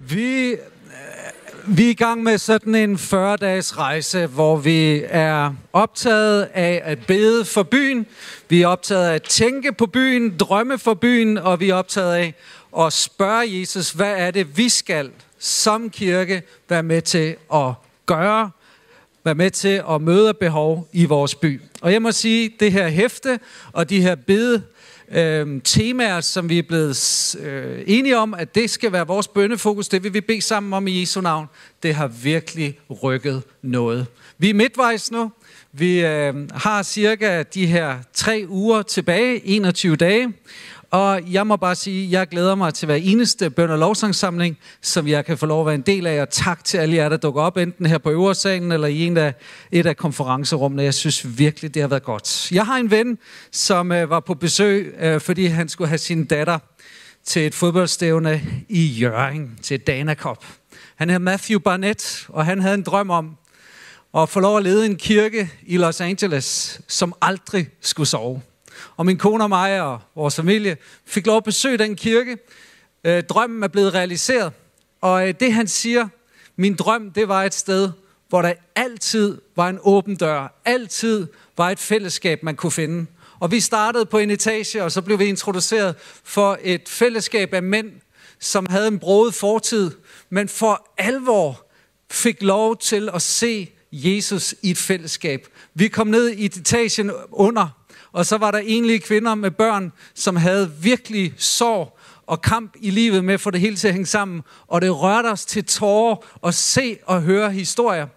Vi er i gang med sådan en 40-dages rejse, hvor vi er optaget af at bede for byen. Vi er optaget af at tænke på byen, drømme for byen, og vi er optaget af at spørge Jesus, hvad er det, vi skal som kirke være med til at gøre, være med til at møde behov i vores by. Og jeg må sige, det her hæfte og de her bede temaer, som vi er blevet enige om, at det skal være vores bønnefokus, det vil vi bede sammen om i Jesu navn, det har virkelig rykket noget. Vi er midtvejs nu. Vi har cirka de her 3 uger tilbage, 21 dage, og jeg må bare sige, at jeg glæder mig til hver eneste bøn- og lovsangssamling, som jeg kan få lov at være en del af, og tak til alle jer, der dukker op, enten her på øversalen eller i et af konferencerummene. Jeg synes virkelig, det har været godt. Jeg har en ven, som var på besøg, fordi han skulle have sin datter til et fodboldstævne i Hjørring, til Dana Cup. Han hedder Matthew Barnett, og han havde en drøm om at få lov at lede en kirke i Los Angeles, som aldrig skulle sove. Og min kone og mig og vores familie fik lov at besøge den kirke. Drømmen er blevet realiseret. Og det han siger, min drøm, det var et sted, hvor der altid var en åben dør. Altid var et fællesskab, man kunne finde. Og vi startede på en etage, og så blev vi introduceret for et fællesskab af mænd, som havde en broget fortid, men for alvor fik lov til at se Jesus i et fællesskab. Vi kom ned i etagen under, og så var der enlige kvinder med børn, som havde virkelig sorg og kamp i livet med at få det hele til at hænge sammen. Og det rørte os til tårer at se og høre historier.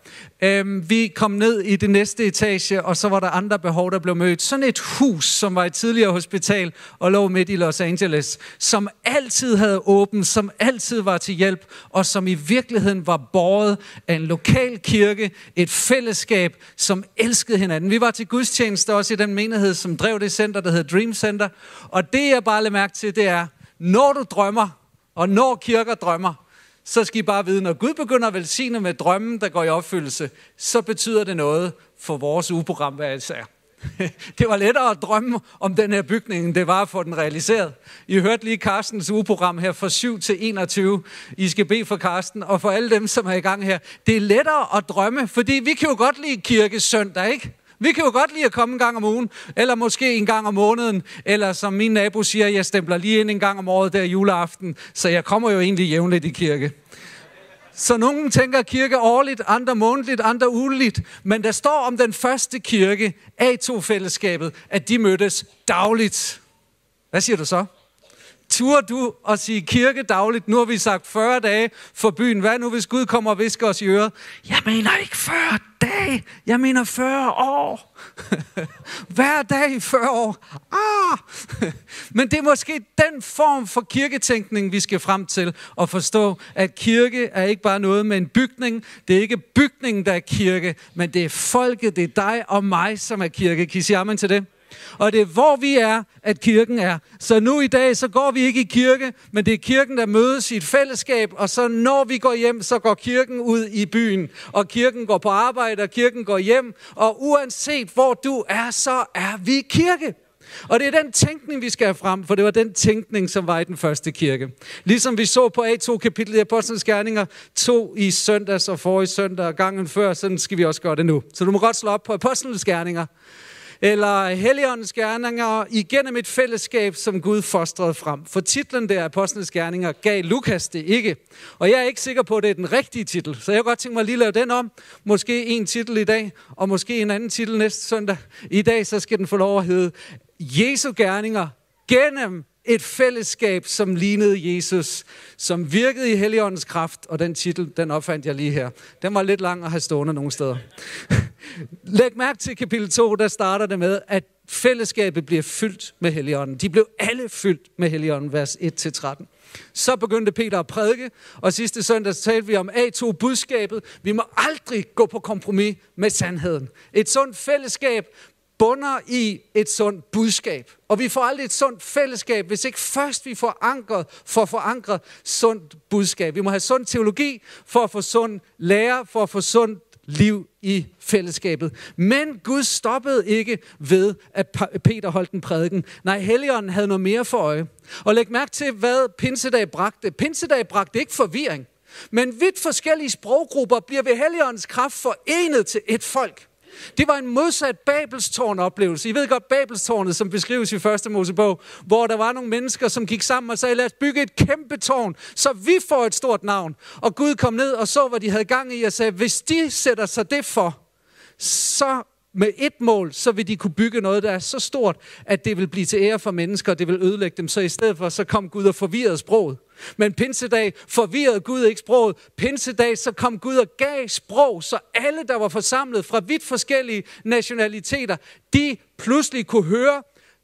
Vi kom ned i det næste etage, og så var der andre behov, der blev mødt. Sådan et hus, som var et tidligere hospital og lå midt i Los Angeles, som altid havde åbent, som altid var til hjælp, og som i virkeligheden var båret af en lokal kirke, et fællesskab, som elskede hinanden. Vi var til gudstjeneste også i den menighed, som drev det center, der hedder Dream Center. Og det jeg bare lagde mærke til, det er, når du drømmer, og når kirker drømmer, så skal I bare vide, når Gud begynder at velsigne med drømmen, der går i opfyldelse, så betyder det noget for vores ugeprogram, hvad det er. Det var lettere at drømme om den her bygning, end det var at få den realiseret. I hørte lige Carstens ugeprogram her fra 7 til 21. I skal bede for Carsten, og for alle dem, som er i gang her. Det er lettere at drømme, fordi vi kan jo godt lide kirke søndag, ikke? Vi kan jo godt lide at komme en gang om ugen, eller måske en gang om måneden, eller som min nabo siger, jeg stempler lige ind en gang om året der juleaften, så jeg kommer jo egentlig jævnligt i kirke. Så nogen tænker kirke årligt, andre månedligt, andre ugeligt, men der står om den første kirke, A2-fællesskabet, at de mødtes dagligt. Hvad siger du så? Turde du at sige kirke dagligt? Nu har vi sagt 40 dage for byen. Hvad nu, hvis Gud kommer og visker os i øret? Jeg mener ikke 40 dage. Jeg mener 40 år. Hver dag i 40 år. Men det er måske den form for kirketænkning, vi skal frem til at forstå, at kirke er ikke bare noget med en bygning. Det er ikke bygningen, der er kirke, men det er folket, det er dig og mig, som er kirke. Kan I sige amen til det? Og det er hvor vi er, at kirken er. Så nu i dag, så går vi ikke i kirke, men det er kirken, der mødes i et fællesskab, og så når vi går hjem, så går kirken ud i byen, og kirken går på arbejde, og kirken går hjem, og uanset hvor du er, så er vi kirke. Og det er den tænkning, vi skal have frem, for det var den tænkning, som var i den første kirke. Ligesom vi så på A2-kapitlet i Apostlenes Gerninger 2 i søndags og forrige søndag og gangen før, sådan skal vi også gøre det nu. Så du må godt slå op på Apostlenes Gerninger, eller Helligåndens gerninger igennem et fællesskab, som Gud fostrede frem. For titlen der, Apostlenes Gerninger, gav Lukas det ikke. Og jeg er ikke sikker på, at det er den rigtige titel. Så jeg kan godt tænke mig at lige lave den om. Måske en titel i dag, og måske en anden titel næste søndag. I dag så skal den få lov at hedde Jesu gerninger gennem et fællesskab, som lignede Jesus, som virkede i Helligåndens kraft. Og den titel, den opfandt jeg lige her. Den var lidt lang at have stående nogle steder. Læg mærke til kapitel 2, der starter det med, at fællesskabet bliver fyldt med Helligånden. De blev alle fyldt med Helligånden, vers 1-13. Så begyndte Peter at prædike, og sidste søndag talte vi om A2-budskabet. Vi må aldrig gå på kompromis med sandheden. Et sundt fællesskab bunder i et sundt budskab. Og vi får aldrig et sundt fællesskab, hvis ikke først vi får forankret sundt budskab. Vi må have sund teologi for at få sund lære, for at få sundt liv i fællesskabet. Men Gud stoppede ikke ved, at Peter holdt en prædiken. Nej, Helligånden havde noget mere for øje. Og læg mærke til, hvad pinsedag bragte. Pinsedag bragte ikke forvirring. Men vidt forskellige sproggrupper bliver ved Helligåndens kraft forenet til et folk. Det var en modsat Babelstårn-oplevelse. I ved godt Babelstårnet, som beskrives i 1. Mosebog, hvor der var nogle mennesker, som gik sammen og sagde, lad os bygge et kæmpe tårn, så vi får et stort navn. Og Gud kom ned og så, hvad de havde gang i, og sagde, hvis de sætter sig det for, så med et mål, så vil de kunne bygge noget, der er så stort, at det vil blive til ære for mennesker, og det vil ødelægge dem. Så i stedet for, så kom Gud og forvirrede sproget. Men pinsedag forvirrede Gud ikke sproget. Pinsedag, så kom Gud og gav sprog, så alle, der var forsamlet fra vidt forskellige nationaliteter, de pludselig kunne høre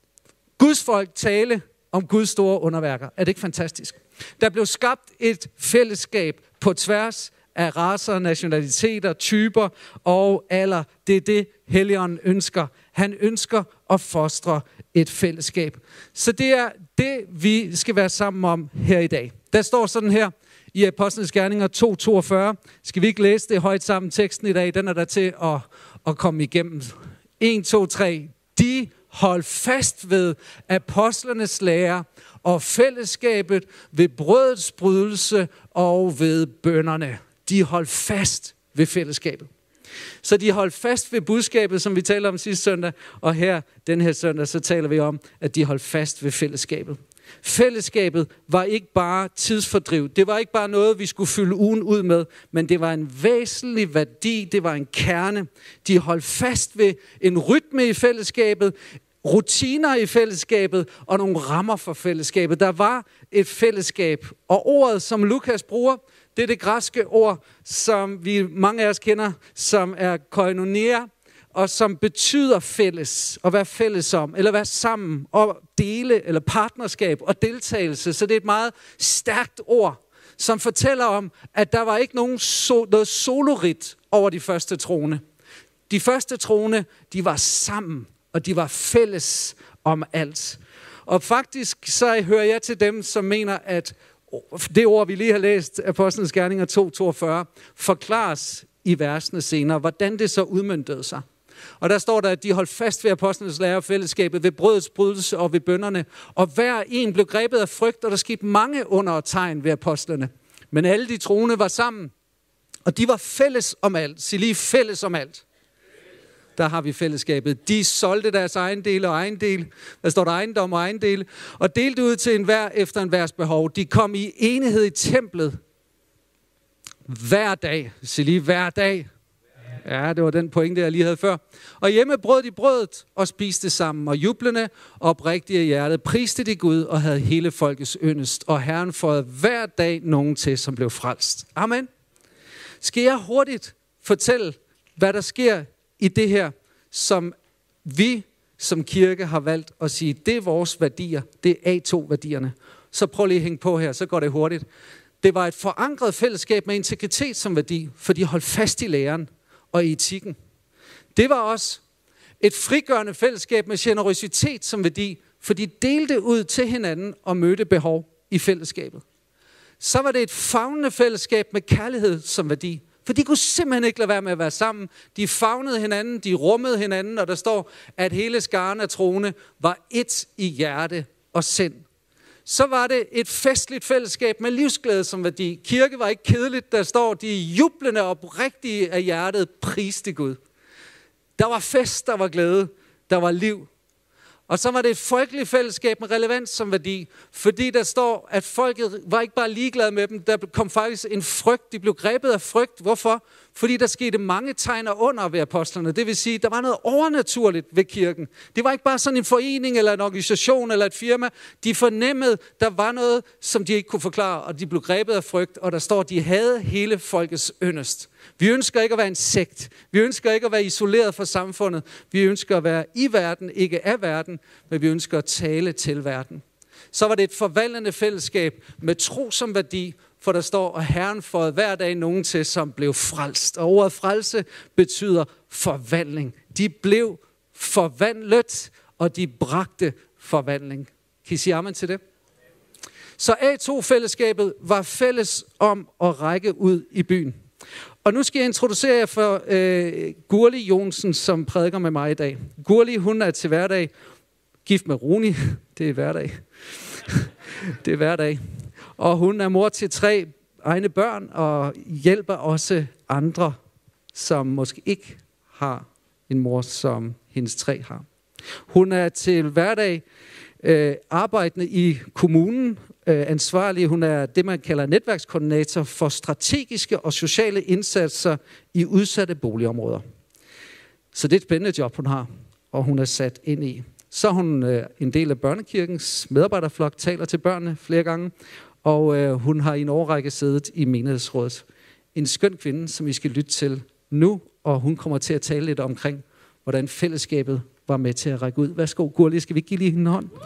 Guds folk tale om Guds store underværker. Er det ikke fantastisk? Der blev skabt et fællesskab på tværs af racer, nationaliteter, typer og alder. Det er det, Helligånden ønsker. Han ønsker at fostre et fællesskab. Så det er det, vi skal være sammen om her i dag. Der står sådan her i Apostlenes Gerninger 2:42. Skal vi ikke læse det højt sammen, teksten i dag? Den er der til at komme igennem. 1, 2, 3. De holdt fast ved apostlenes lære og fællesskabet ved brødets brydelse og ved bønnerne. De holdt fast ved fællesskabet. Så de holdt fast ved budskabet, som vi talte om sidste søndag, og her, den her søndag, så taler vi om, at de holdt fast ved fællesskabet. Fællesskabet var ikke bare tidsfordriv. Det var ikke bare noget, vi skulle fylde ugen ud med, men det var en væsentlig værdi, det var en kerne. De holdt fast ved en rytme i fællesskabet, rutiner i fællesskabet og nogle rammer for fællesskabet. Der var et fællesskab, og ordet, som Lukas bruger, det er det græske ord, som vi mange af os kender, som er koinonia, og som betyder fælles, at være fælles om, eller være sammen, og dele, eller partnerskab og deltagelse. Så det er et meget stærkt ord, som fortæller om, at der var ikke noget solorit over de første troende. De første troende, de var sammen, og de var fælles om alt. Og faktisk så hører jeg til dem, som mener, at det ord, vi lige har læst, Apostlenes Gerninger 2:42, forklares i versene senere, hvordan det så udmøntede sig. Og der står der, at de holdt fast ved apostlenes lære og fællesskabet, ved brødets brydelse og ved bønnerne. Og hver en blev grebet af frygt, og der skete mange under og tegn ved apostlene. Men alle de troende var sammen, og de var fælles om alt. Sig lige fælles om alt. Der har vi fællesskabet. De solgte deres ejendele og ejendel. Der står der ejendom og ejendele. Og delte ud til enhver efter enhvers behov. De kom i enighed i templet. Hver dag. Sig lige hver dag. Ja, det var den pointe, jeg lige havde før. Og hjemme brød de brødet og spiste sammen. Og jublende og oprigtige i hjertet priste de Gud og havde hele folkets yndest. Og Herren fåede hver dag nogen til, som blev frelst. Amen. Skal jeg hurtigt fortælle, hvad der sker i det her, som vi som kirke har valgt at sige, det er vores værdier, det er A2-værdierne. Så prøv lige at hænge på her, så går det hurtigt. Det var et forankret fællesskab med integritet som værdi, for de holdt fast i læren og i etikken. Det var også et frigørende fællesskab med generøsitet som værdi, for de delte ud til hinanden og mødte behov i fællesskabet. Så var det et favnende fællesskab med kærlighed som værdi, for de kunne simpelthen ikke lade være med at være sammen. De favnede hinanden, de rummede hinanden, og der står, at hele skaren af troende var ét i hjerte og sind. Så var det et festligt fællesskab med livsglæde som værdi. Kirke var ikke kedeligt, der står, de jublende og oprigtige af hjertet priste Gud. Der var fest, der var glæde, der var liv. Og så var det et folkeligt fællesskab med relevans som værdi, fordi der står, at folket var ikke bare ligeglade med dem, der kom faktisk en frygt, de blev grebet af frygt. Hvorfor? Fordi der skete mange tegn og under ved apostlerne. Det vil sige, der var noget overnaturligt ved kirken. Det var ikke bare sådan en forening eller en organisation eller et firma. De fornemmede, der var noget, som de ikke kunne forklare, og de blev grebet af frygt, og der står, at de havde hele folkets yndest. Vi ønsker ikke at være en sekt. Vi ønsker ikke at være isoleret fra samfundet. Vi ønsker at være i verden, ikke af verden, men vi ønsker at tale til verden. Så var det et forvandlende fællesskab med tro som værdi, for der står, at Herren får hver dag nogen til, som blev frelst. Og ordet frelse betyder forvandling. De blev forvandlet, og de bragte forvandling. Kan I sige amen til det? Så A2-fællesskabet var fælles om at række ud i byen. Og nu skal jeg introducere jer for Gurli Jonsen, som prædiker med mig i dag. Gurli, hun er til hverdag gift med Runi. Det er hverdag. Det er hverdag. Og hun er mor til 3 egne børn og hjælper også andre, som måske ikke har en mor, som hendes 3 har. Hun er til hverdag arbejdende i kommunen, ansvarlig. Hun er det, man kalder netværkskoordinator for strategiske og sociale indsatser i udsatte boligområder. Så det er et spændende job, hun har, og hun er sat ind i. Så er hun en del af Børnekirkens medarbejderflok, taler til børnene flere gange, og hun har i en årrække siddet i menighedsrådet. En skøn kvinde, som vi skal lytte til nu, og hun kommer til at tale lidt omkring, hvordan fællesskabet var med til at række ud. Værsgo, Gurli, skal vi give lige en hånd?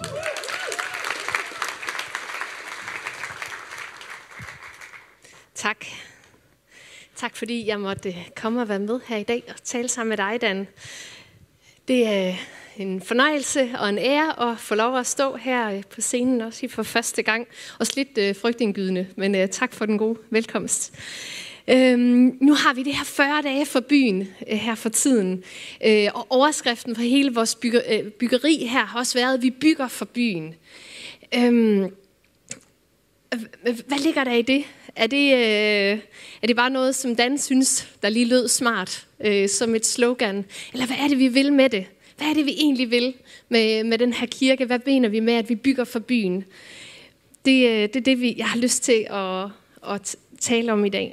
Tak. Tak fordi jeg måtte komme og være med her i dag og tale sammen med dig, Dan. Det er en fornøjelse og en ære at få lov at stå her på scenen også for første gang. Også lidt frygtindgydende, men tak for den gode velkomst. Nu har vi det her 40 dage for byen her for tiden, og overskriften for hele vores byggeri her har også været, at vi bygger for byen. Hvad ligger der i det? Er det bare noget, som Dan synes, der lige lød smart som et slogan? Eller hvad er det, vi vil med det? Hvad er det, vi egentlig vil med den her kirke? Hvad mener vi med, at vi bygger for byen? Det er det, jeg har lyst til at tale om i dag.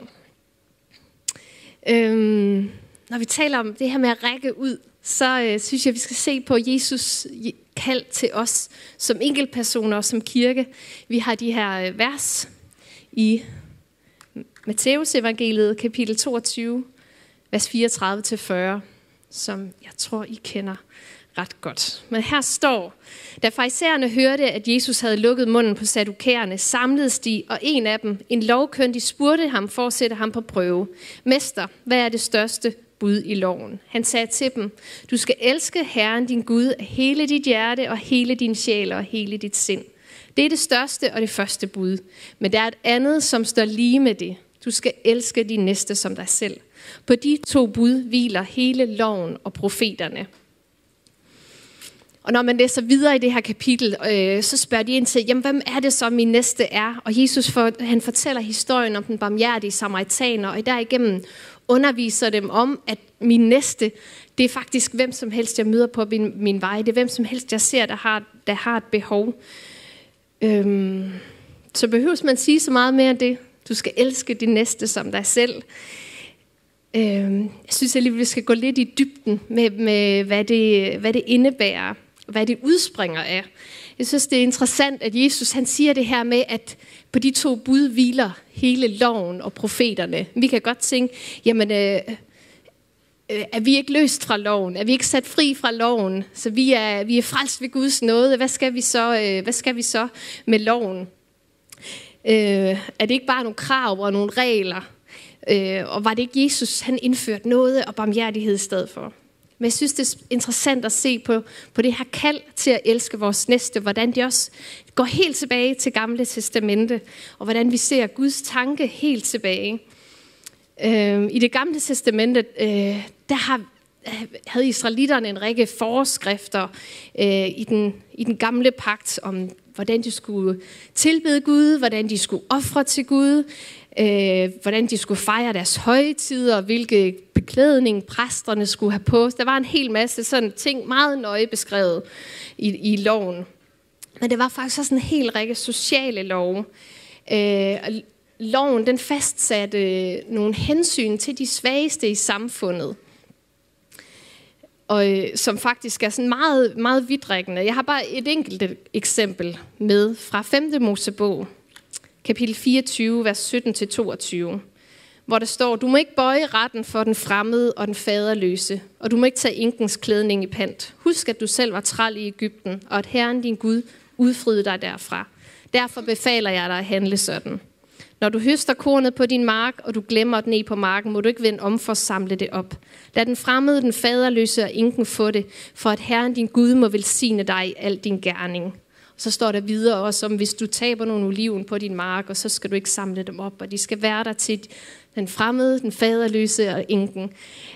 Når vi taler om det her med at række ud, så synes jeg, vi skal se på Jesus kald til os som enkeltpersoner og som kirke. Vi har de her vers i Matteus evangeliet, kapitel 22, vers 34-40, som jeg tror, I kender ret godt. Men her står, da farisæerne hørte, at Jesus havde lukket munden på saddukæerne, samledes de, og en af dem, en lovkyndig, spurgte ham for at sætte ham på prøve. Mester, hvad er det største bud i loven? Han sagde til dem, du skal elske Herren din Gud af hele dit hjerte og hele din sjæl og hele dit sind. Det er det største og det første bud. Men der er et andet, som står lige med det. Du skal elske din næste som dig selv. På de 2 bud hviler hele loven og profeterne. Og når man læser videre i det her kapitel, så spørger de ind til, jamen, hvem er det så min næste er? Og Jesus han fortæller historien om den barmhjertige samaritaner, og derigennem underviser dem om, at min næste, det er faktisk hvem som helst, jeg møder på min vej. Det er hvem som helst, jeg ser, der har et behov. Så behøves man sige så meget mere end det. Du skal elske din næste som dig selv. Jeg synes alligevel, vi skal gå lidt i dybden med hvad det indebærer, og hvad det udspringer af. Jeg synes, det er interessant, at Jesus han siger det her med, at på de 2 bud hviler hele loven og profeterne. Vi kan godt tænke, jamen, er vi ikke løst fra loven? Er vi ikke sat fri fra loven? Så vi er frelst ved Guds nåde. Hvad skal vi så med loven? Er det ikke bare nogle krav og nogle regler? Og var det ikke Jesus, han indførte noget og barmhjertighed i stedet for? Men jeg synes, det er interessant at se på det her kald til at elske vores næste, hvordan det også går helt tilbage til Gamle Testamente, og hvordan vi ser Guds tanke helt tilbage. I det Gamle Testamente, der havde israelitterne en række forskrifter i den gamle pagt om, hvordan de skulle tilbede Gud, hvordan de skulle ofre til Gud, hvordan de skulle fejre deres højtider, hvilke beklædning præsterne skulle have på. Der var en hel masse sådan ting, meget nøje beskrevet i loven. Men det var faktisk også en hel række sociale love. Loven den fastsatte nogle hensyn til de svageste i samfundet, og som faktisk er sådan meget, meget vidtrækkende. Jeg har bare et enkelt eksempel med fra 5. Mosebog, kapitel 24, vers 17-22, hvor der står, du må ikke bøje retten for den fremmede og den faderløse, og du må ikke tage enkens klædning i pant. Husk, at du selv var træl i Egypten, og at Herren din Gud udfriede dig derfra. Derfor befaler jeg dig at handle sådan. Når du høster kornet på din mark, og du glemmer den ned på marken, må du ikke vende om for at samle det op. Lad den fremmede, den faderløse og enken få det, for at Herren din Gud må velsigne dig i al din gerning. Og så står der videre også om, hvis du taber nogle oliven på din mark, og så skal du ikke samle dem op, og de skal være der til den fremmede, den faderløse og enken.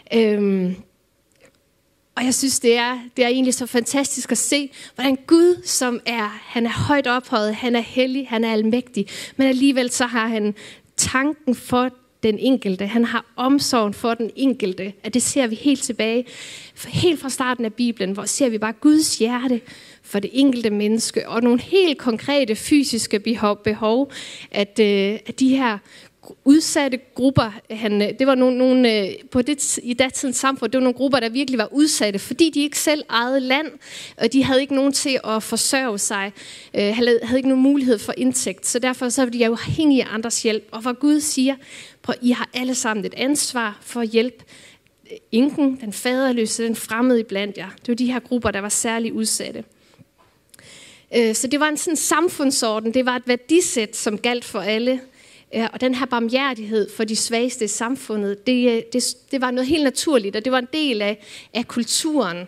Og jeg synes, det er egentlig så fantastisk at se, hvordan Gud, han er højt ophøjet, han er hellig, han er almægtig, men alligevel så har han tanken for den enkelte. Han har omsorgen for den enkelte. At det ser vi helt tilbage. Helt fra starten af Bibelen, hvor ser vi bare Guds hjerte for det enkelte menneske. Og nogle helt konkrete fysiske behov. At de her udsatte grupper, det var nogle på det i datidens samfund, det var nogle grupper, der virkelig var udsatte, fordi de ikke selv ejede land, og de havde ikke nogen til at forsørge sig, havde ikke nogen mulighed for indtægt, så derfor så var de jo afhængige af andres hjælp, og hvor Gud siger, prøv, I har alle sammen et ansvar for at hjælpe enken, den faderløse, den fremmede iblandt jer. Det var de her grupper, der var særligt udsatte. Så det var en sådan samfundsorden, det var et værdisæt, som galt for alle. Og den her barmhjertighed for de svageste i samfundet, det var noget helt naturligt, og det var en del af kulturen.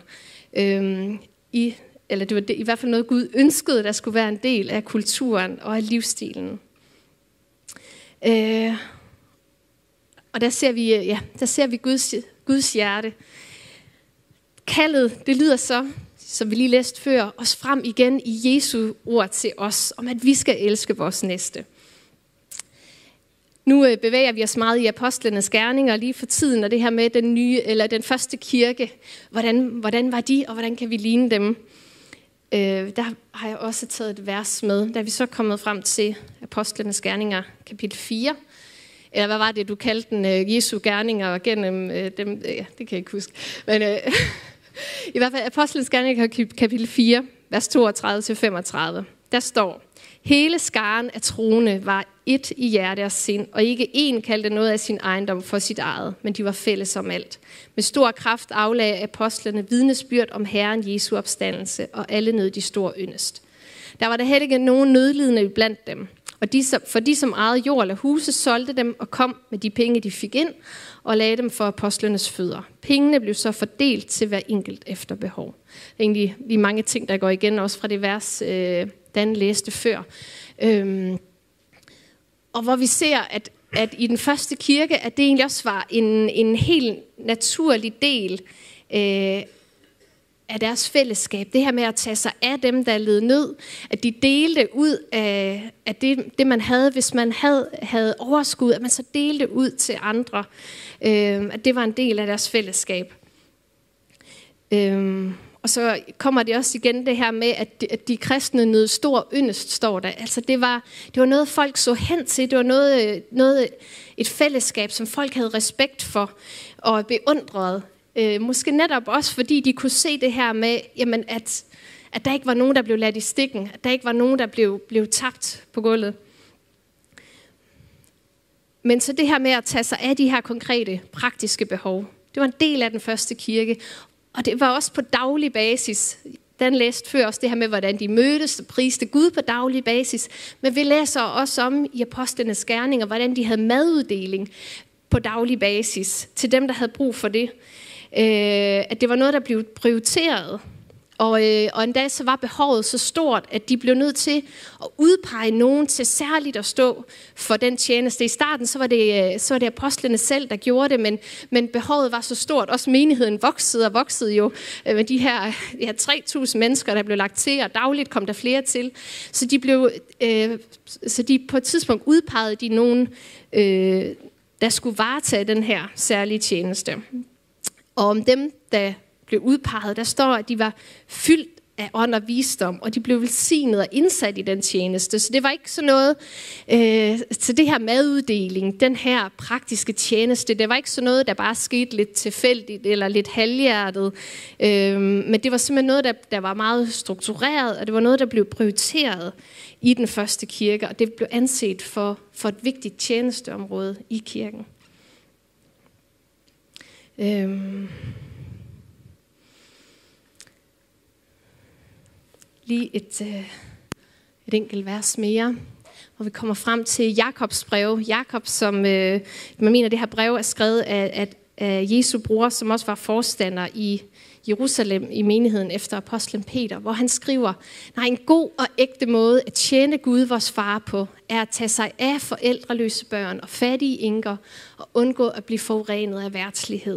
Eller det var i hvert fald noget, Gud ønskede, der skulle være en del af kulturen og af livsstilen. Og der ser vi Guds hjerte. Kaldet, det lyder så, som vi lige læste før, os frem igen i Jesu ord til os, om at vi skal elske vores næste. Nu bevæger vi os meget i apostlenes gerninger lige for tiden, og det her med den første kirke. Hvordan var de, og hvordan kan vi ligne dem? Der har jeg også taget et vers med, da vi så kommet frem til apostlenes gerninger, kapitel 4. Eller hvad var det, du kaldte den? Jesu gerninger gennem dem? Ja, det kan jeg ikke huske. Men i hvert fald apostlenes gerninger, kapitel 4, vers 32-35. Der står: hele skaren af troende var et i hjerte og sind, og ikke én kaldte noget af sin ejendom for sit eget, men de var fælles om alt. Med stor kraft aflagde apostlene vidnesbyrd om Herren Jesu opstandelse, og alle nød de store yndest. Der var der heller ikke nogen nødlidende blandt dem, og de som ejede jord eller huse, solgte dem og kom med de penge, de fik ind, og lagde dem for apostlenes fødder. Pengene blev så fordelt til hver enkelt efter behov. Det er egentlig lige mange ting, der går igen, også fra det vers, Dan læste før. Og hvor vi ser, at i den første kirke, at det egentlig også var en helt naturlig del af deres fællesskab. Det her med at tage sig af dem, der led nød. At de delte ud af det man havde, hvis man havde overskud, at man så delte ud til andre. At det var en del af deres fællesskab. Og så kommer det også igen det her med, at de kristne nød stor yndest, står der. Altså det var noget, folk så hen til. Det var et fællesskab, som folk havde respekt for og beundrede. Måske netop også, fordi de kunne se det her med, jamen at der ikke var nogen, der blev ladt i stikken. At der ikke var nogen, der blev tabt på gulvet. Men så det her med at tage sig af de her konkrete, praktiske behov, det var en del af den første kirke. Og det var også på daglig basis. Den læste før også det her med, hvordan de mødtes og priste Gud på daglig basis. Men vi læser også om i apostlenes gerninger, hvordan de havde maduddeling på daglig basis til dem, der havde brug for det. At det var noget, der blev prioriteret. Og en dag så var behovet så stort, at de blev nødt til at udpege nogen til særligt at stå for den tjeneste. I starten så var det apostlene selv, der gjorde det, men behovet var så stort. Også menigheden voksede jo med de her 3.000 mennesker, der blev lagt til, og dagligt kom der flere til. Så de på et tidspunkt udpegede de nogen, der skulle varetage den her særlige tjeneste. Og om dem, der blev udpeget, der står, at de var fyldt af ånd og visdom, og de blev velsignet og indsat i den tjeneste. Så det var ikke sådan noget, så det her maduddeling, den her praktiske tjeneste, det var ikke sådan noget, der bare skete lidt tilfældigt eller lidt halvhjertet, men det var simpelthen noget, der var meget struktureret, og det var noget, der blev prioriteret i den første kirke, og det blev anset for et vigtigt tjenesteområde i kirken. Lige et enkelt vers mere, hvor vi kommer frem til Jakobs brev. Jakob, som man mener, det her brev er skrevet af Jesu bror, som også var forstander i Jerusalem i menigheden efter apostlen Peter, hvor han skriver: nej, en god og ægte måde at tjene Gud, vores far, på, er at tage sig af forældreløse børn og fattige enker og undgå at blive forurenet af verdslighed.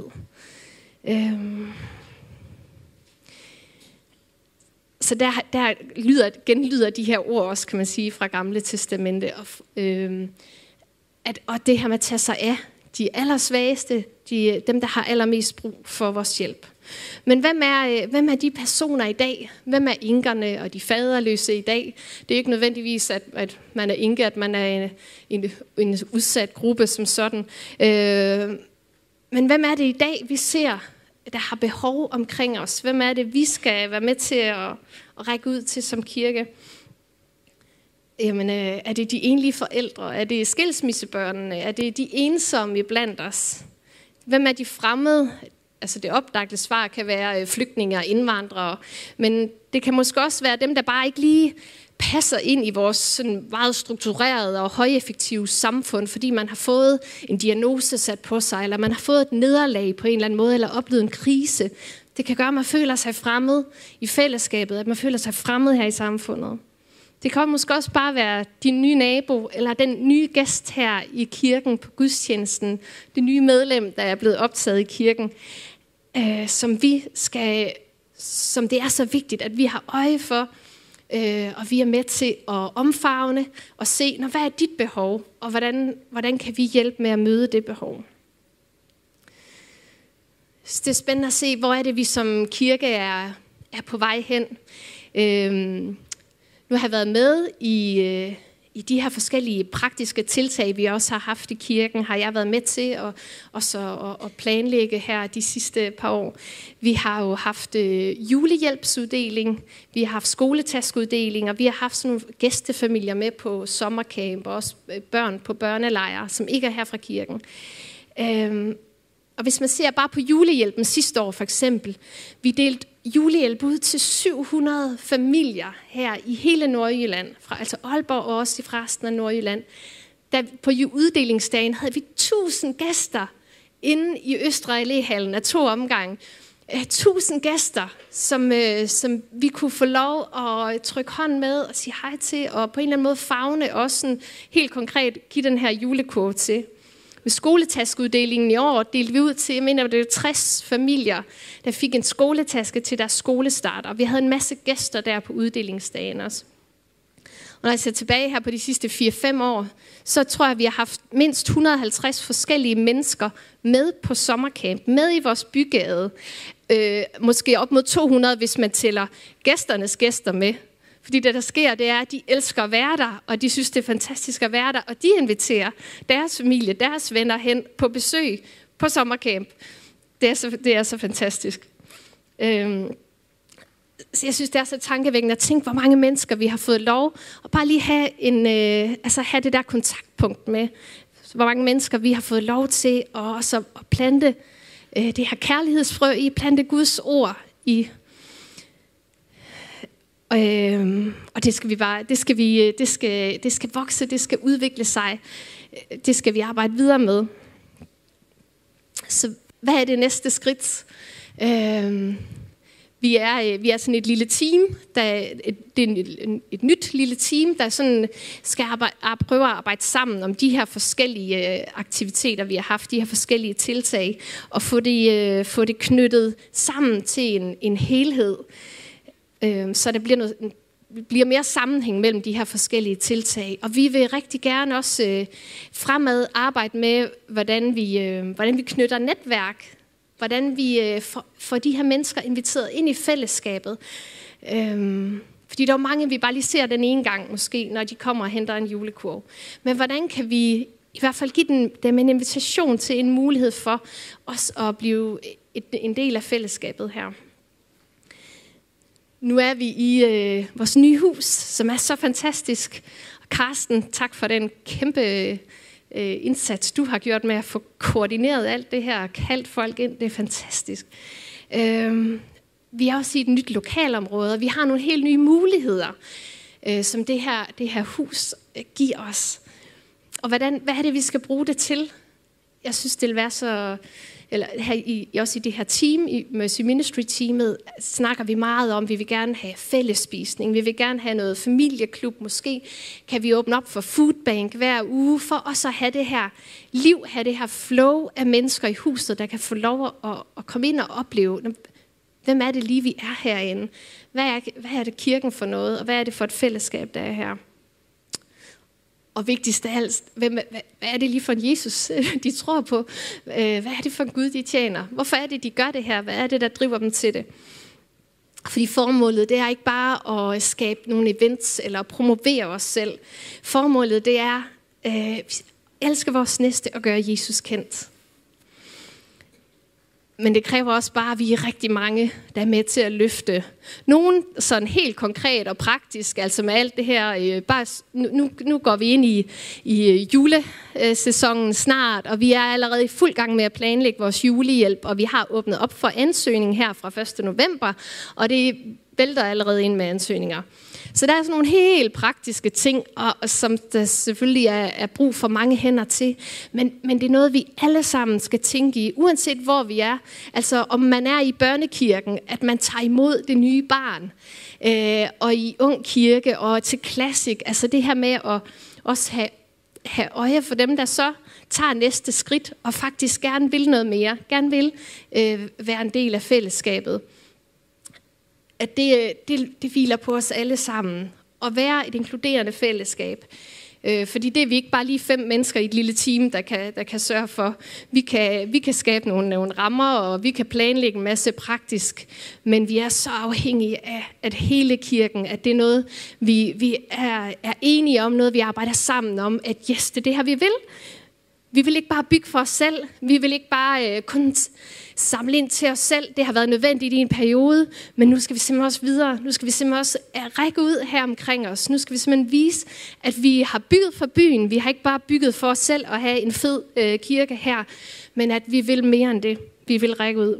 Så der genlyder de her ord også, kan man sige, fra Gamle Testamente. og det her med at tage sig af de allersvageste, dem der har allermest brug for vores hjælp. Men hvem er de personer i dag? Hvem er enkerne og de faderløse i dag? Det er ikke nødvendigvis, at man er enke, at man er en udsat gruppe som sådan. Men hvem er det i dag, vi ser, der har behov omkring os? Hvem er det, vi skal være med til at række ud til som kirke? Jamen, er det de enlige forældre? Er det skilsmissebørnene? Er det de ensomme blandt os? Hvem er de fremmede? Altså det opdagte svar kan være flygtninge og indvandrere, men det kan måske også være dem, der bare ikke lige passer ind i vores sådan meget strukturerede og højeffektive samfund, fordi man har fået en diagnose sat på sig, eller man har fået et nederlag på en eller anden måde, eller oplevet en krise. Det kan gøre, at man føler sig fremmed i fællesskabet, at man føler sig fremmed her i samfundet. Det kan måske også bare være din nye nabo, eller den nye gæst her i kirken på gudstjenesten, det nye medlem, der er blevet optaget i kirken, som det er så vigtigt, at vi har øje for, og vi er med til at omfavne og se, hvad er dit behov, og hvordan kan vi hjælpe med at møde det behov. Så det er spændende at se, hvor er det, vi som kirke er på vej hen. Nu har jeg været med i de her forskellige praktiske tiltag, vi også har haft i kirken, har jeg været med til at planlægge her de sidste par år. Vi har jo haft julehjælpsuddeling, vi har haft skoletaskeuddeling, og vi har haft sådan nogle gæstefamilier med på sommercamp, og også børn på børnelejre, som ikke er her fra kirken. Og hvis man ser bare på julehjælpen sidste år for eksempel, vi delte julehjælp ud til 700 familier her i hele Nordjylland, fra altså Aalborg og også i resten af Nordjylland. På uddelingsdagen havde vi 1000 gæster inde i Østre Allé-hallen af 2 omgange. 1000 gæster, som vi kunne få lov at trykke hånd med og sige hej til, og på en eller anden måde favne også sådan helt konkret give den her julekurve til. Med skoletaskeuddelingen i år delte vi ud til, jeg mener, det var 60 familier, der fik en skoletaske til deres skolestart, og vi havde en masse gæster der på uddelingsdagen også. Og når jeg ser tilbage her på de sidste 4-5 år, så tror jeg, at vi har haft mindst 150 forskellige mennesker med på sommercamp, med i vores bygade. Måske op mod 200, hvis man tæller gæsternes gæster med. Fordi det, der sker, det er, at de elsker at være der, og de synes, det er fantastisk at være der, og de inviterer deres familie, deres venner hen på besøg på sommercamp. Det er så fantastisk. Så jeg synes, det er så tankevækkende at tænke, hvor mange mennesker vi har fået lov, og bare lige have, have det der kontaktpunkt med, hvor mange mennesker vi har fået lov til at plante det her kærlighedsfrø i, plante Guds ord i. Og det skal vokse, det skal udvikle sig, det skal vi arbejde videre med. Så hvad er det næste skridt? Vi er sådan et lille team, det er et nyt lille team, der sådan skal prøve at arbejde sammen om de her forskellige aktiviteter, vi har haft, de her forskellige tiltag, og få det knyttet sammen til en helhed. Så der bliver mere sammenhæng mellem de her forskellige tiltag. Og vi vil rigtig gerne også fremad arbejde med, hvordan vi knytter netværk, hvordan vi får de her mennesker inviteret ind i fællesskabet. Fordi der er mange, vi bare lige ser den ene gang måske, når de kommer og henter en julekurv. Men hvordan kan vi i hvert fald give dem en invitation til en mulighed for os at blive en del af fællesskabet her? Nu er vi i vores nye hus, som er så fantastisk. Og Carsten, tak for den kæmpe indsats, du har gjort med at få koordineret alt det her og kaldt folk ind. Det er fantastisk. Vi er også i et nyt lokalområde, og vi har nogle helt nye muligheder, som det her hus giver os. Og hvad er det, vi skal bruge det til? Jeg synes, det vil være så... Eller også i det her team, i Mercy Ministry-teamet, snakker vi meget om, vi vil gerne have fællesspisning, vi vil gerne have noget familieklub, måske kan vi åbne op for foodbank hver uge, for også at have det her liv, have det her flow af mennesker i huset, der kan få lov at komme ind og opleve, hvem er det lige, vi er herinde? Hvad er det kirken for noget, og hvad er det for et fællesskab, der er her? Og vigtigst af alt, hvad er det lige for en Jesus, de tror på? Hvad er det for en Gud, de tjener? Hvorfor er det, de gør det her? Hvad er det, der driver dem til det? Fordi formålet, det er ikke bare at skabe nogle events eller promovere os selv. Formålet, det er at elske vores næste og gøre Jesus kendt. Men det kræver også bare, at vi er rigtig mange, der er med til at løfte. Nogen sådan helt konkret og praktisk, altså med alt det her. Nu går vi ind i julesæsonen snart, og vi er allerede i fuld gang med at planlægge vores julehjælp, og vi har åbnet op for ansøgning her fra 1. november, og det vælter allerede ind med ansøgninger. Så der er sådan nogle helt praktiske ting, og som der selvfølgelig er brug for mange hænder til. Men det er noget, vi alle sammen skal tænke i, uanset hvor vi er. Altså om man er i børnekirken, at man tager imod det nye barn. Og i ung kirke og til klassik. Altså det her med at også have øje for dem, der så tager næste skridt og faktisk gerne vil noget mere. Gerne vil være en del af fællesskabet. At det hviler på os alle sammen. At være et inkluderende fællesskab. Fordi det er vi ikke bare lige 5 mennesker i et lille team, der kan sørge for. Vi kan skabe nogle rammer, og vi kan planlægge en masse praktisk. Men vi er så afhængige af, at hele kirken, at det er noget, vi er enige om, noget vi arbejder sammen om, at yes, det er det her, vi vil. Vi vil ikke bare bygge for os selv. Vi vil ikke bare kun samle ind til os selv. Det har været nødvendigt i en periode, men nu skal vi simpelthen også videre. Nu skal vi simpelthen også række ud her omkring os. Nu skal vi simpelthen vise, at vi har bygget for byen. Vi har ikke bare bygget for os selv at have en fed kirke her, men at vi vil mere end det. Vi vil række ud.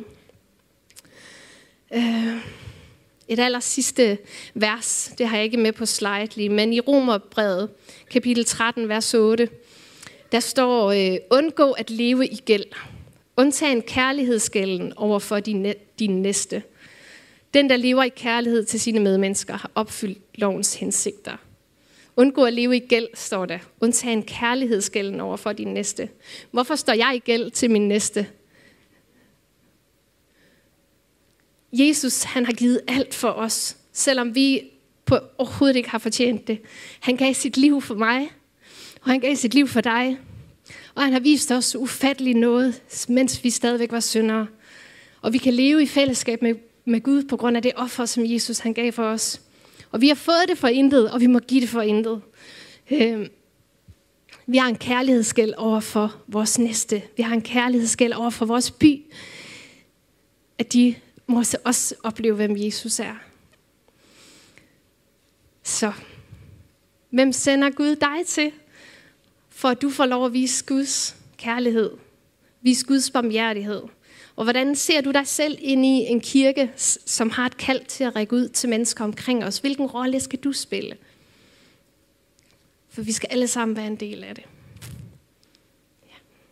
Et aller sidste vers, det har jeg ikke med på slide lige, men i Romerbrevet, kapitel 13, vers 8, der står, undgå at leve i gæld. Undtag en kærlighedsgælden over for din næste. Den, der lever i kærlighed til sine medmennesker, har opfyldt lovens hensigter. Undgå at leve i gæld, står der. Undtag en kærlighedsgælden over for din næste. Hvorfor står jeg i gæld til min næste? Jesus, han har givet alt for os, selvom vi overhovedet ikke har fortjent det. Han gav sit liv for mig, og han gav sit liv for dig. Og han har vist os ufatteligt noget, mens vi stadigvæk var syndere. Og vi kan leve i fællesskab med Gud på grund af det offer, som Jesus han gav for os. Og vi har fået det for intet, og vi må give det for intet. Vi har en kærlighedsgæld over for vores næste. Vi har en kærlighedsgæld over for vores by. At de må også opleve, hvem Jesus er. Så, hvem sender Gud dig til? For at du får lov at vise Guds kærlighed, vise Guds barmhjertighed. Og hvordan ser du dig selv ind i en kirke, som har et kald til at række ud til mennesker omkring os? Hvilken rolle skal du spille? For vi skal alle sammen være en del af det. Ja.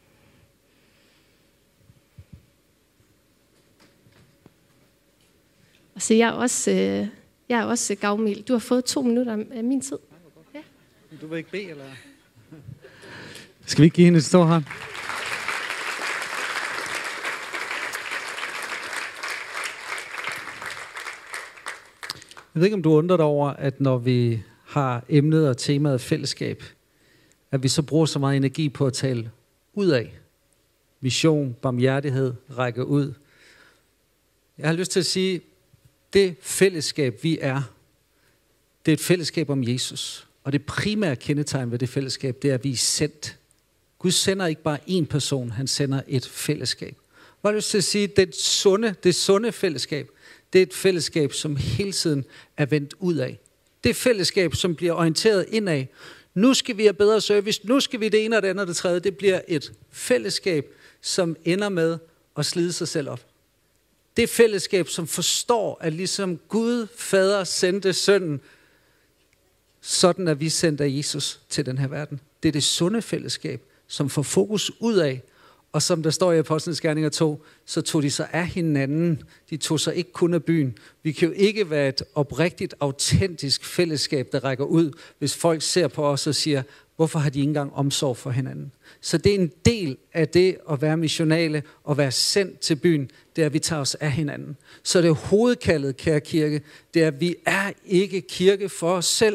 Og så jeg er også gavmild. Du har fået 2 minutter af min tid. Ja. Du vil ikke bede, eller? Skal vi ikke give hende et stort hånd? Jeg ved ikke, om du undrer dig over, at når vi har emnet og temaet fællesskab, at vi så bruger så meget energi på at tale ud af. Mission, barmhjertighed, række ud. Jeg har lyst til at sige, det fællesskab, vi er, det er et fællesskab om Jesus. Og det primære kendetegn ved det fællesskab, det er, at vi er sendt. Gud sender ikke bare én person, han sender et fællesskab. Jeg har lyst til at sige, at det sunde fællesskab, det er et fællesskab, som hele tiden er vendt ud af. Det er et fællesskab, som bliver orienteret indad. Nu skal vi have bedre service, nu skal vi det ene og det andet og det tredje. Det bliver et fællesskab, som ender med at slide sig selv op. Det er et fællesskab, som forstår, at ligesom Gud, Fader, sendte sønnen, sådan er vi sendt af Jesus til den her verden. Det er det sunde fællesskab, som får fokus ud af, og som der står i Apostlenes Gerninger 2, så tog de sig af hinanden. De tog sig ikke kun af byen. Vi kan jo ikke være et oprigtigt, autentisk fællesskab, der rækker ud, hvis folk ser på os og siger, hvorfor har de ikke engang omsorg for hinanden? Så det er en del af det at være missionale og være sendt til byen, det er, at vi tager os af hinanden. Så det er hovedkaldet, kære kirke, det er, at vi er ikke kirke for os selv.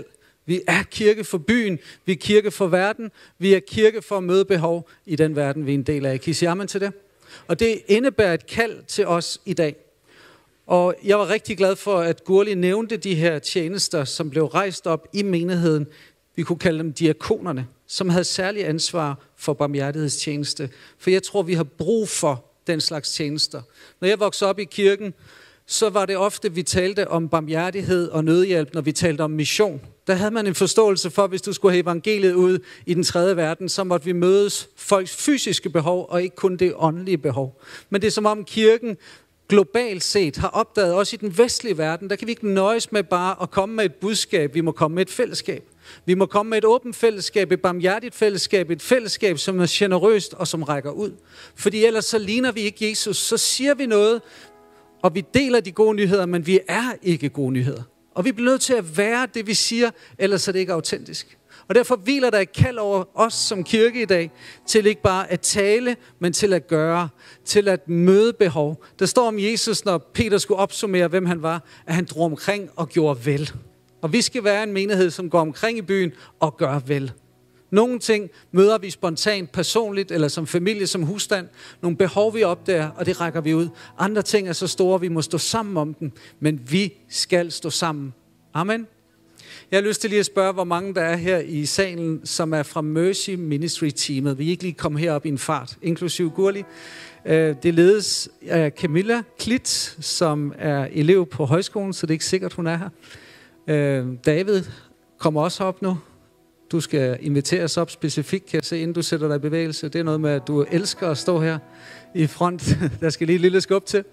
Vi er kirke for byen, vi er kirke for verden, vi er kirke for at møde behov i den verden, vi er en del af. Kan I sige amen til det? Og det indebærer et kald til os i dag. Og jeg var rigtig glad for, at Gurli nævnte de her tjenester, som blev rejst op i menigheden. Vi kunne kalde dem diakonerne, som havde særlig ansvar for barmhjertighedstjeneste. For jeg tror, vi har brug for den slags tjenester. Når jeg voksede op i kirken, så var det ofte, vi talte om barmhjertighed og nødhjælp, når vi talte om mission. Der havde man en forståelse for, hvis du skulle have evangeliet ud i den tredje verden, så måtte vi mødes folks fysiske behov, og ikke kun det åndelige behov. Men det er som om kirken globalt set har opdaget, også i den vestlige verden, der kan vi ikke nøjes med bare at komme med et budskab, vi må komme med et fællesskab. Vi må komme med et åbent fællesskab, et barmhjertigt fællesskab, et fællesskab, som er generøst og som rækker ud. Fordi ellers så ligner vi ikke Jesus, så siger vi noget, og vi deler de gode nyheder, men vi er ikke gode nyheder. Og vi bliver nødt til at være det, vi siger, ellers er det ikke autentisk. Og derfor hviler der et kald over os som kirke i dag, til ikke bare at tale, men til at gøre, til at møde behov. Der står om Jesus, når Peter skulle opsummere, hvem han var, at han drog omkring og gjorde vel. Og vi skal være en menighed, som går omkring i byen og gør vel. Nogle ting møder vi spontant, personligt, eller som familie, som husstand. Nogle behov, vi opdager, og det rækker vi ud. Andre ting er så store, vi må stå sammen om dem, men vi skal stå sammen. Amen. Jeg har lyst til lige at spørge, hvor mange der er her i salen, som er fra Mercy Ministry-teamet. Vi ikke lige komme herop i en fart, inklusive Gurli. Det ledes af Camilla Klit, som er elev på højskolen, så det er ikke sikkert, hun er her. David kommer også op nu. Du skal inviteres op specifikt, kan jeg se, inden du sætter dig i bevægelse. Det er noget med, at du elsker at stå her i front. Der skal lige et lille skub til.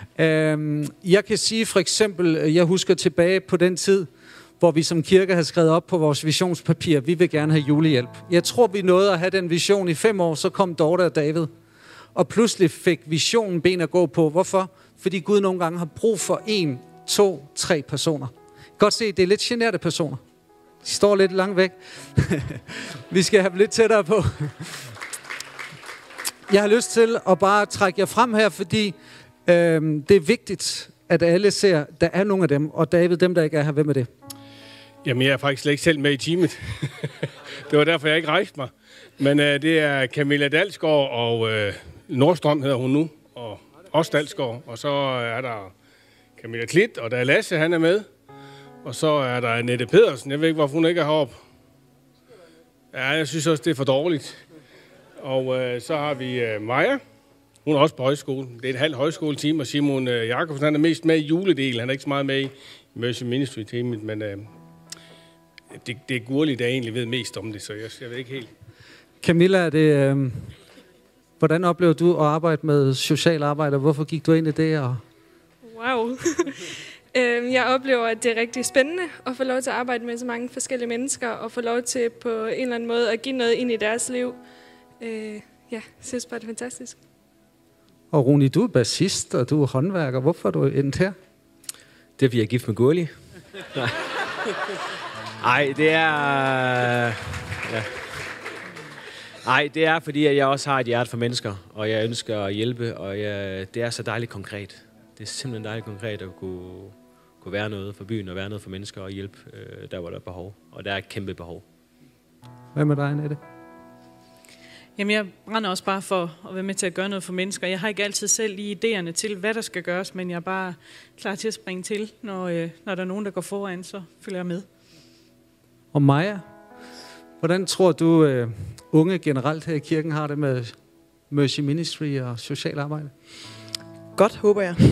Jeg kan sige for eksempel, jeg husker tilbage på den tid, hvor vi som kirke har skrevet op på vores visionspapir, vi vil gerne have julehjælp. Jeg tror, vi nåede at have den vision i 5 år, så kom Dorte og David. Og pludselig fik visionen ben at gå på. Hvorfor? Fordi Gud nogle gange har brug for 1, 2, 3 personer. Godt se, det er lidt generte personer. De står lidt langt væk. Vi skal have dem lidt tættere på. Jeg har lyst til at bare trække jer frem her, fordi det er vigtigt, at alle ser, der er nogle af dem. Og David, dem der ikke er her, hvem er det? Jamen, jeg er faktisk slet ikke selv med i teamet. Det var derfor, jeg ikke rejste mig. Men det er Camilla Dalsgaard og Nordstrøm hedder hun nu, og også Dalsgaard. Og så er der Camilla Klit, og der er Lasse, han er med. Og så er der Annette Pedersen. Jeg ved ikke, hvorfor hun ikke er heroppe. Ja, jeg synes også, det er for dårligt. Og så har vi Maja. Hun er også på højskole. Det er et halvt højskoleteam, og Simon Jakobsen, han er mest med i juledelen. Han er ikke så meget med i Mercy Ministry-teamet, men det er Gurli, der egentlig ved mest om det, så jeg ved ikke helt. Camilla, hvordan oplever du at arbejde med social arbejde, og hvorfor gik du ind i det? Wow. Jeg oplever, at det er rigtig spændende at få lov til at arbejde med så mange forskellige mennesker, og få lov til på en eller anden måde at give noget ind i deres liv. Jeg synes bare, det er fantastisk. Og Rune, du er bassist, og du er håndværker. Hvorfor er du endt her? Det er, fordi jeg er gift med Gurli. Nej, det er... Ja. Nej, det er, fordi jeg også har et hjerte for mennesker, og jeg ønsker at hjælpe, og det er så dejligt konkret. Det er simpelthen dejligt konkret at kunne være noget for byen, og være noget for mennesker, og hjælpe der, hvor der er behov. Og der er et kæmpe behov. Hvad med dig, Annette? Jamen, jeg brænder også bare for at være med til at gøre noget for mennesker. Jeg har ikke altid selv lige idéerne til, hvad der skal gøres, men jeg er bare klar til at springe til, når der er nogen, der går foran, så følger jeg med. Og Maja, hvordan tror du, unge generelt her i kirken har det med Mercy Ministry og social arbejde? Godt, håber jeg.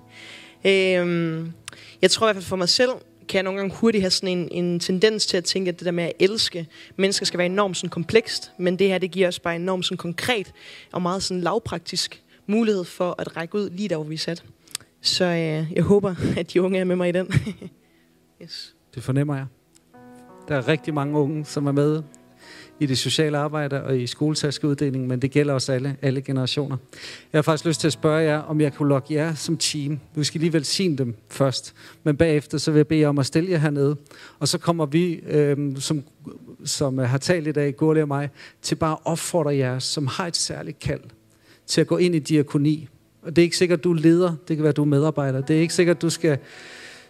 Jeg tror i hvert fald for mig selv, kan jeg nogle gange hurtigt have sådan en tendens til at tænke, at det der med at elske mennesker skal være enormt sådan komplekst, men det her, det giver os bare enormt sådan konkret og meget sådan lavpraktisk mulighed for at række ud lige der, hvor vi er sat. Så jeg håber, at de unge er med mig i den. Yes. Det fornemmer jeg. Der er rigtig mange unge, som er med i det sociale arbejde og i skoletaskeuddelingen, men det gælder også alle generationer. Jeg har faktisk lyst til at spørge jer, om jeg kunne lokke jer som team. Vi skal lige velsigne dem først, men bagefter så vil jeg bede jer om at stille jer hernede, og så kommer vi, som har talt i dag, Gurli og mig, til bare at opfordre jer, som har et særligt kald, til at gå ind i diakoni. Og det er ikke sikkert, du er leder, det kan være, du er medarbejder. Det er ikke sikkert, du skal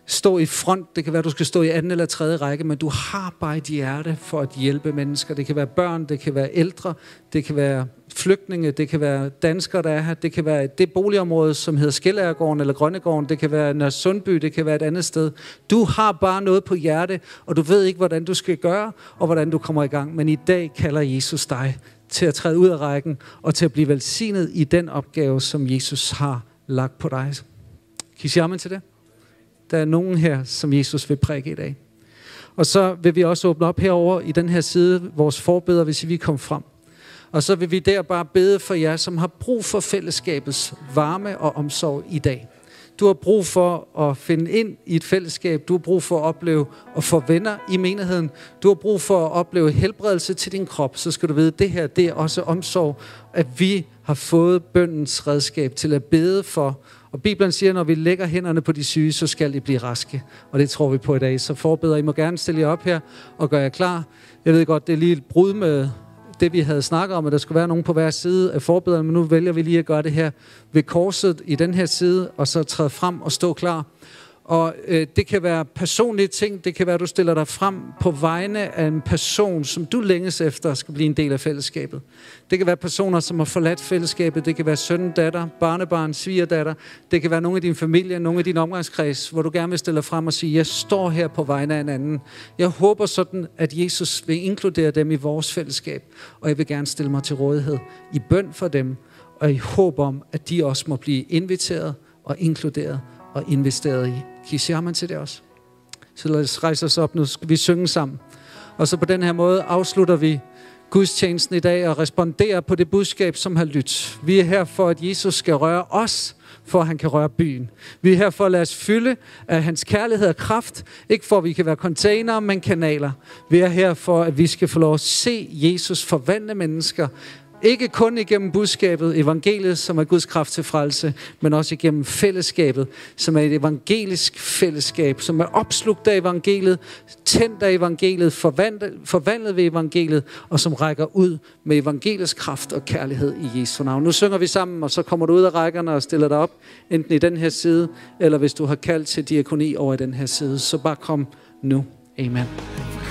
stå i front, det kan være, du skal stå i anden eller tredje række, men du har bare et hjerte for at hjælpe mennesker. Det kan være børn, det kan være ældre, det kan være flygtninge, det kan være danskere, der er her, det kan være det boligområde, som hedder Skelærgården eller Grønnegården, det kan være Nørre Sundby, det kan være et andet sted. Du har bare noget på hjerte, og du ved ikke, hvordan du skal gøre, og hvordan du kommer i gang. Men i dag kalder Jesus dig til at træde ud af rækken, og til at blive velsignet i den opgave, som Jesus har lagt på dig. Kan I sige amen til det? Der er nogen her, som Jesus vil prædike i dag. Og så vil vi også åbne op herover i den her side, vores forbeder, hvis vi kommer frem. Og så vil vi der bare bede for jer, som har brug for fællesskabets varme og omsorg i dag. Du har brug for at finde ind i et fællesskab. Du har brug for at opleve at få venner i menigheden. Du har brug for at opleve helbredelse til din krop. Så skal du vide, at det her, det er også omsorg, at vi har fået bønnens redskab til at bede for. Og Bibelen siger, at når vi lægger hænderne på de syge, så skal de blive raske. Og det tror vi på i dag. Så forbeder, I må gerne stille jer op her og gøre jer klar. Jeg ved godt, det er lige et brud med det, vi havde snakket om, at der skulle være nogen på hver side af forbederne, men nu vælger vi lige at gøre det her ved korset i den her side, og så træde frem og stå klar. Og det kan være personlige ting, det kan være, at du stiller dig frem på vegne af en person, som du længes efter skal blive en del af fællesskabet. Det kan være personer, som har forladt fællesskabet, det kan være søn, datter, barnebarn, svigerdatter, det kan være nogle af din familie, nogle af din omgangskreds, hvor du gerne vil stille dig frem og sige, jeg står her på vegne af en anden. Jeg håber sådan, at Jesus vil inkludere dem i vores fællesskab, og jeg vil gerne stille mig til rådighed i bøn for dem, og i håb om, at de også må blive inviteret og inkluderet og investeret i. Kan I sige amen til det også? Så lad os rejse os op nu, skal vi synge sammen. Og så på den her måde afslutter vi gudstjenesten i dag og responderer på det budskab, som har lyttet. Vi er her for, at Jesus skal røre os, for at han kan røre byen. Vi er her for at lade os fylde af hans kærlighed og kraft. Ikke for, at vi kan være containere, men kanaler. Vi er her for, at vi skal få lov at se Jesus forvandle mennesker. Ikke kun igennem budskabet, evangeliet, som er Guds kraft til frelse, men også igennem fællesskabet, som er et evangelisk fællesskab, som er opslugt af evangeliet, tændt af evangeliet, forvandlet ved evangeliet, og som rækker ud med evangeliets kraft og kærlighed i Jesu navn. Nu synger vi sammen, og så kommer du ud af rækkerne og stiller dig op, enten i den her side, eller hvis du har kaldt til diakoni over i den her side, så bare kom nu. Amen.